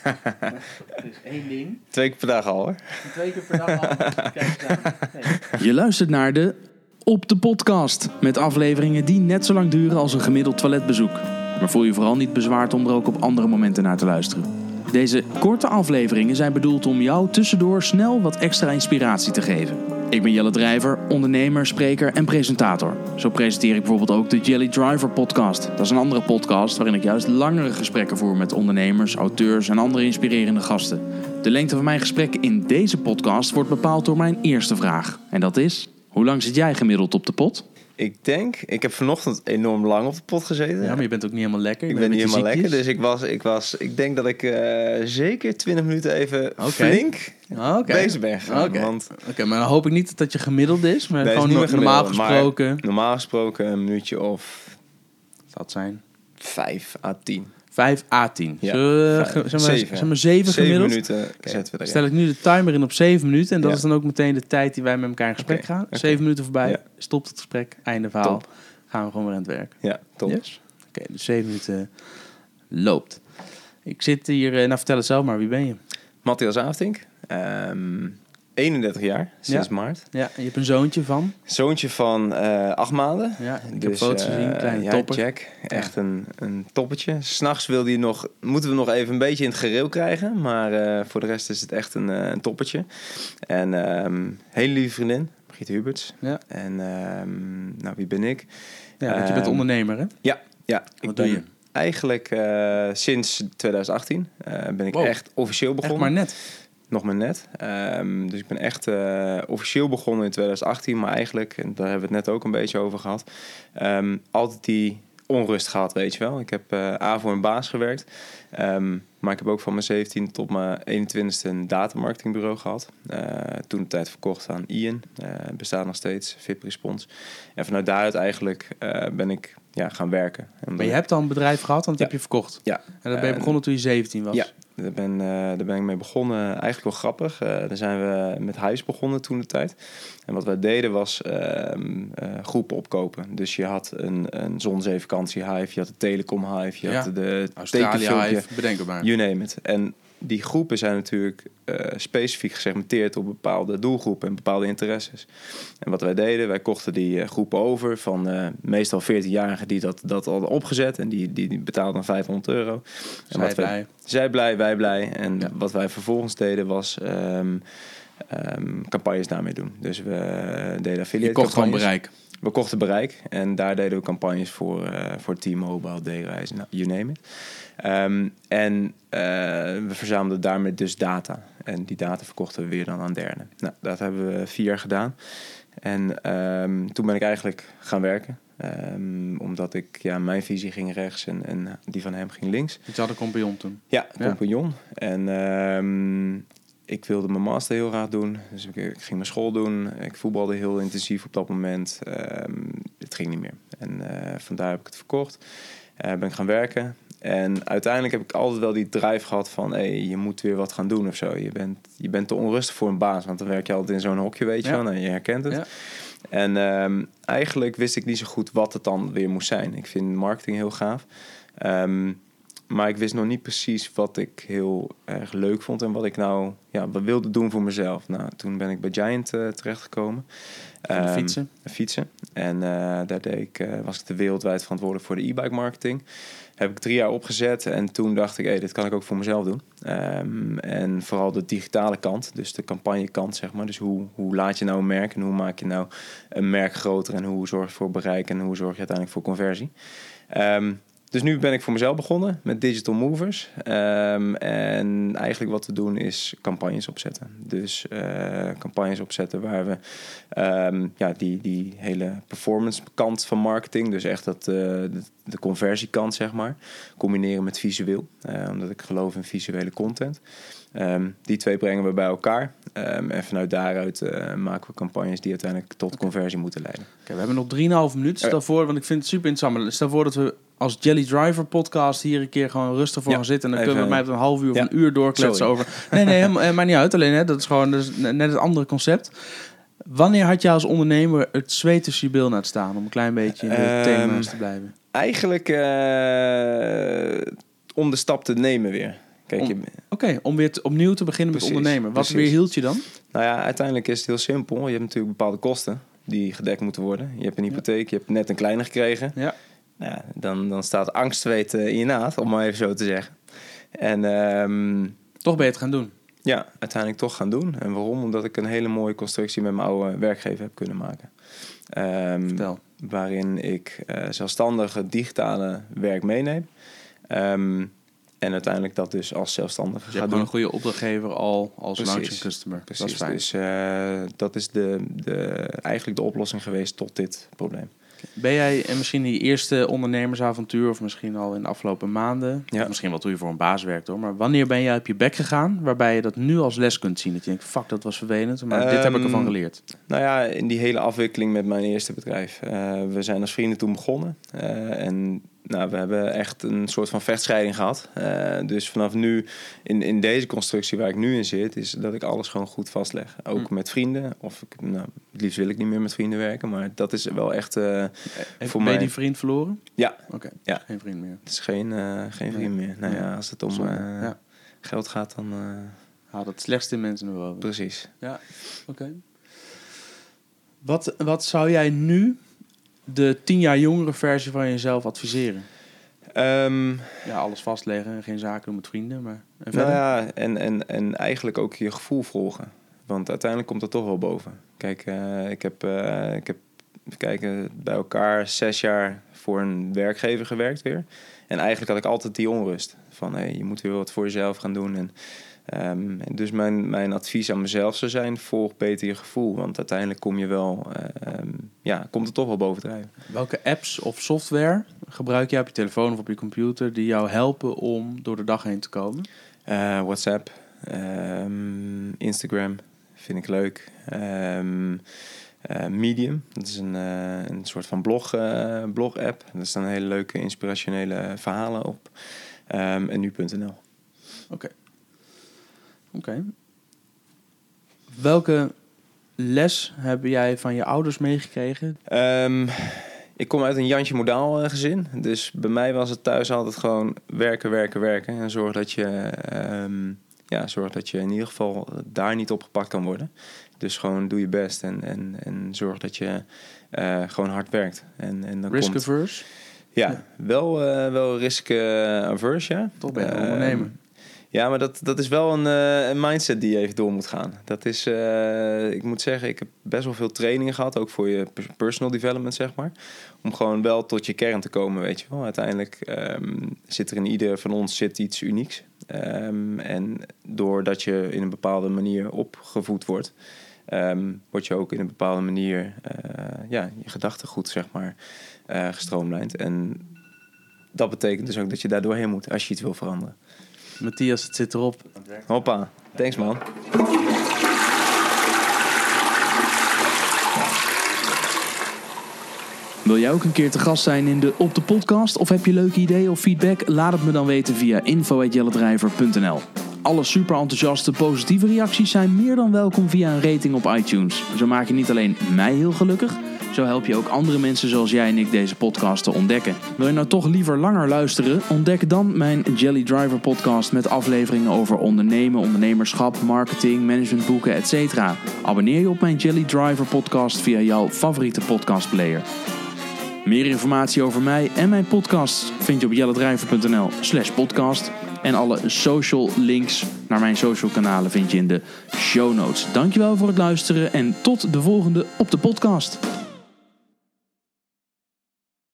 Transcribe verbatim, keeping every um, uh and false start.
Dus één ding. Twee keer per dag al, hoor. Twee keer per dag al. Kijk, nee. Je luistert naar de Op de Podcast. Met afleveringen die net zo lang duren als een gemiddeld toiletbezoek. Maar voel je vooral niet bezwaard om er ook op andere momenten naar te luisteren. Deze korte afleveringen zijn bedoeld om jou tussendoor snel wat extra inspiratie te geven. Ik ben Jelle Drijver, ondernemer, spreker en presentator. Zo presenteer ik bijvoorbeeld ook de Jelly Driver podcast. Dat is een andere podcast waarin ik juist langere gesprekken voer met ondernemers, auteurs en andere inspirerende gasten. De lengte van mijn gesprekken in deze podcast wordt bepaald door mijn eerste vraag. En dat is, hoe lang zit jij gemiddeld op de pot? Ik denk, ik heb vanochtend enorm lang op de pot gezeten. Ja, maar je bent ook niet helemaal lekker. Je ik ben niet helemaal ziekjes. lekker, dus ik was, ik was, ik denk dat ik uh, zeker twintig minuten even okay. flink okay. bezig ben gegaan. Oké, okay. okay, maar dan hoop ik niet dat je gemiddeld is, maar nee, gewoon is no- normaal gemiddeld, gesproken. Normaal gesproken een minuutje of... Dat zijn vijf à tien. vijf à tien. Ja, Zullen we, vijf, zeg maar, zeven. zeg maar zeven gemiddeld? minuten okay. zetten we er, Stel ja. ik nu de timer in op zeven minuten. En dat ja. is dan ook meteen de tijd die wij met elkaar in gesprek okay. gaan. Okay. Zeven minuten voorbij, ja. Stopt het gesprek, einde verhaal. Top. Gaan we gewoon weer aan het werk. Ja, top. Yes? Oké, okay, dus zeven minuten loopt. Ik zit hier, nou vertel het zelf maar, wie ben je? Matthias Aftink, um, eenendertig jaar, sinds ja. maart. Ja, en je hebt een zoontje van? Zoontje van uh, acht maanden. Ja, ik dus, heb foto's gezien, uh, kleine ja, topper. Jack, echt ja. een, een toppetje. 'S Nachts wil die nog, moeten we nog even een beetje in het gereel krijgen. Maar uh, voor de rest is het echt een, uh, een toppertje. En um, hele lieve vriendin, Brigitte Huberts. Ja. En um, nou, wie ben ik? Ja, want je bent ondernemer, hè? Ja, ja. Wat ik doe ben je? Eigenlijk uh, sinds twintig achttien uh, ben ik wow. echt officieel begonnen. Echt maar net? Nog maar net. Um, dus ik ben echt uh, officieel begonnen in twintig achttien. Maar eigenlijk, en daar hebben we het net ook een beetje over gehad... Um, altijd die onrust gehad, weet je wel. Ik heb uh, A voor een baas gewerkt. Um, maar ik heb ook van mijn zeventien tot mijn eenentwintigste een datamarketingbureau gehad. Uh, toen de tijd verkocht aan Ian. Uh, bestaat nog steeds, V I P Response. En vanuit daaruit eigenlijk uh, ben ik ja, gaan werken. Maar je hebt al een bedrijf gehad, want dat ja. heb je verkocht. Ja. En dat ben je begonnen toen je zeventien was. Ja. Daar ben, uh, daar ben ik mee begonnen. Eigenlijk wel grappig. Uh, daar zijn we met huis begonnen toen de tijd. En wat wij deden was uh, uh, groepen opkopen. Dus je had een, een Zonzee-vakantie hive, je had de Telecom hive, je ja. had de Australië hive, bedenkenbaar. You name it. En die groepen zijn natuurlijk uh, specifiek gesegmenteerd op bepaalde doelgroepen en bepaalde interesses. En wat wij deden, wij kochten die uh, groepen over van uh, meestal veertienjarigen die dat, dat hadden opgezet. En die, die, die betaalden dan vijfhonderd euro. En zij wat blij. Wij, zij blij, wij blij. En ja. wat wij vervolgens deden was um, um, campagnes daarmee doen. Dus we deden affiliate Je kocht gewoon bereik. We kochten bereik en daar deden we campagnes voor, uh, voor T-Mobile, D-Reis, nou, you name it. Um, en uh, we verzamelden daarmee dus data. En die data verkochten we weer dan aan derden. Nou, dat hebben we vier jaar gedaan. En um, toen ben ik eigenlijk gaan werken. Um, omdat ik, ja, mijn visie ging rechts en, en die van hem ging links. Je had een compagnon toen? Ja, een ja. compagnon. En um, ik wilde mijn master heel graag doen. Dus ik, ik ging mijn school doen. Ik voetbalde heel intensief op dat moment. Um, het ging niet meer. En uh, vandaar heb ik het verkocht. Uh, ben ik gaan werken. En uiteindelijk heb ik altijd wel die drive gehad van... Hey, je moet weer wat gaan doen of zo. Je bent, je bent te onrustig voor een baas. Want dan werk je altijd in zo'n hokje, weet je ja. wel. En je herkent het. Ja. En um, eigenlijk wist ik niet zo goed wat het dan weer moest zijn. Ik vind marketing heel gaaf. Um, maar ik wist nog niet precies wat ik heel erg leuk vond... en wat ik nou ja, wat wilde doen voor mezelf. Nou, toen ben ik bij Giant uh, terechtgekomen. Um, fietsen? Fietsen. En uh, daar deed ik, uh, was ik de wereldwijd verantwoordelijk voor de e-bike marketing. Heb ik drie jaar opgezet en toen dacht ik... Hey, dit kan ik ook voor mezelf doen. Um, en vooral de digitale kant, dus de campagnekant, zeg maar. Dus hoe, hoe laat je nou een merk en hoe maak je nou een merk groter... en hoe zorg je voor bereik en hoe zorg je uiteindelijk voor conversie. Um, Dus nu ben ik voor mezelf begonnen met Digital Movers. Um, en eigenlijk wat we doen is campagnes opzetten. Dus uh, campagnes opzetten waar we um, ja, die, die hele performance kant van marketing... dus echt dat, uh, de, de conversiekant, zeg maar, combineren met visueel. Uh, omdat ik geloof in visuele content. Um, die twee brengen we bij elkaar. Um, en vanuit daaruit uh, maken we campagnes die uiteindelijk tot conversie moeten leiden. Okay, we hebben nog drieënhalve minuten. Stel voor, want ik vind het super interessant. Stel voor dat we als Jelly Driver podcast hier een keer gewoon rustig voor ja, gaan zitten. En dan even, kunnen we met mij een half uur of ja. een uur doorkletsen Sorry. over... Nee, nee, helemaal, maar niet uit. Alleen, hè, dat is gewoon dus net het andere concept. Wanneer had je als ondernemer het zweet tussen je billen laten staan... om een klein beetje in de um, thema's te blijven? Eigenlijk uh, om de stap te nemen weer. Kijk, Oké, okay, om weer te, opnieuw te beginnen precies, met ondernemen. Wat precies. weerhield je dan? Nou ja, uiteindelijk is het heel simpel. Je hebt natuurlijk bepaalde kosten die gedekt moeten worden. Je hebt een hypotheek, je hebt net een kleine gekregen. Ja. Nou ja, dan, dan staat angst weten in je naad, om maar even zo te zeggen. En um, toch ben je het gaan doen? Ja, uiteindelijk toch gaan doen. En waarom? Omdat ik een hele mooie constructie met mijn oude werkgever heb kunnen maken. Um, Vertel. Waarin ik uh, zelfstandig het digitale werk meeneem. Um, en uiteindelijk dat dus als zelfstandige dus je hebt doen. een goede opdrachtgever al als launching customer. Precies, dat is fijn. Dus uh, dat is de, de, eigenlijk de oplossing geweest tot dit probleem. Ben jij misschien die eerste ondernemersavontuur, of misschien al in de afgelopen maanden, ja. misschien wat doe je voor een baas werkt hoor, maar wanneer ben jij op je bek gegaan, waarbij je dat nu als les kunt zien? Dat je denkt, fuck, dat was vervelend, maar um, dit heb ik ervan geleerd. Nou ja, in die hele afwikkeling met mijn eerste bedrijf. Uh, we zijn als vrienden toen begonnen. Uh, en nou, we hebben echt een soort van vechtscheiding gehad. Uh, dus vanaf nu, in, in deze constructie waar ik nu in zit, is dat ik alles gewoon goed vastleg. Ook hm. met vrienden. Of ik, nou, het liefst wil ik niet meer met vrienden werken, maar dat is wel echt uh, Heeft, voor ben mij. je die vriend verloren? Ja. Oké, okay. Ja. Geen vriend meer. Het is geen, uh, geen vriend nee. meer. Nou ja, als het om uh, ja. geld gaat, dan... Uh, Haal het slechtste in mensen naar boven. Precies. Ja, oké. Okay. Wat, wat zou jij nu de tien jaar jongere versie van jezelf adviseren? Um, ja, alles vastleggen en geen zaken doen met vrienden, maar... En nou ja, en, en, en eigenlijk ook je gevoel volgen. Want uiteindelijk komt dat toch wel boven. Kijk, uh, ik heb, uh, ik heb even kijken, bij elkaar zes jaar voor een werkgever gewerkt weer. En eigenlijk had ik altijd die onrust. Van, hey, je moet weer wat voor jezelf gaan doen. En, um, en dus mijn, mijn advies aan mezelf zou zijn, volg beter je gevoel. Want uiteindelijk kom je wel, uh, um, ja, komt het toch wel bovendrijven. Welke apps of software gebruik je op je telefoon of op je computer die jou helpen om door de dag heen te komen? Uh, WhatsApp, um, Instagram vind ik leuk. Um, uh, Medium, dat is een, uh, een soort van blog, uh, blog-app. Daar staan hele leuke inspirationele verhalen op. Um, en nu punt n l. Oké. Okay. Oké. Okay. Welke les heb jij van je ouders meegekregen? Um, ik kom uit een Jantje Modaal uh, gezin. Dus bij mij was het thuis altijd gewoon werken, werken, werken. En zorg dat je, um, ja, zorg dat je in ieder geval daar niet opgepakt kan worden. Dus gewoon doe je best en, en, en zorg dat je uh, gewoon hard werkt. En, en dan risk komt, averse? Ja, ja. wel, uh, wel risk uh, averse, ja. Toch ben je een uh, ondernemer. Ja, maar dat, dat is wel een, uh, een mindset die je even door moet gaan. Dat is, uh, ik moet zeggen, ik heb best wel veel trainingen gehad, ook voor je personal development, zeg maar. Om gewoon wel tot je kern te komen, weet je wel. Uiteindelijk um, zit er in ieder van ons zit iets unieks. Um, en doordat je in een bepaalde manier opgevoed wordt, um, word je ook in een bepaalde manier, uh, ja, je gedachtegoed, zeg maar, uh, gestroomlijnd. En dat betekent dus ook dat je daar doorheen moet als je iets wil veranderen. Matthias, het zit erop. Hoppa, thanks man. Wil jij ook een keer te gast zijn in de Op de Podcast? Of heb je leuke ideeën of feedback? Laat het me dan weten via info at jellendrijver punt n l. Alle super enthousiaste positieve reacties zijn meer dan welkom via een rating op iTunes. Zo maak je niet alleen mij heel gelukkig, zo help je ook andere mensen zoals jij en ik deze podcast te ontdekken. Wil je nou toch liever langer luisteren? Ontdek dan mijn Jelly Driver podcast met afleveringen over ondernemen, ondernemerschap, marketing, managementboeken, et cetera. Abonneer je op mijn Jelly Driver podcast via jouw favoriete podcastplayer. Meer informatie over mij en mijn podcast vind je op jellendrijver punt n l slash podcast. En alle social links naar mijn social kanalen vind je in de show notes. Dankjewel voor het luisteren en tot de volgende Op de Podcast.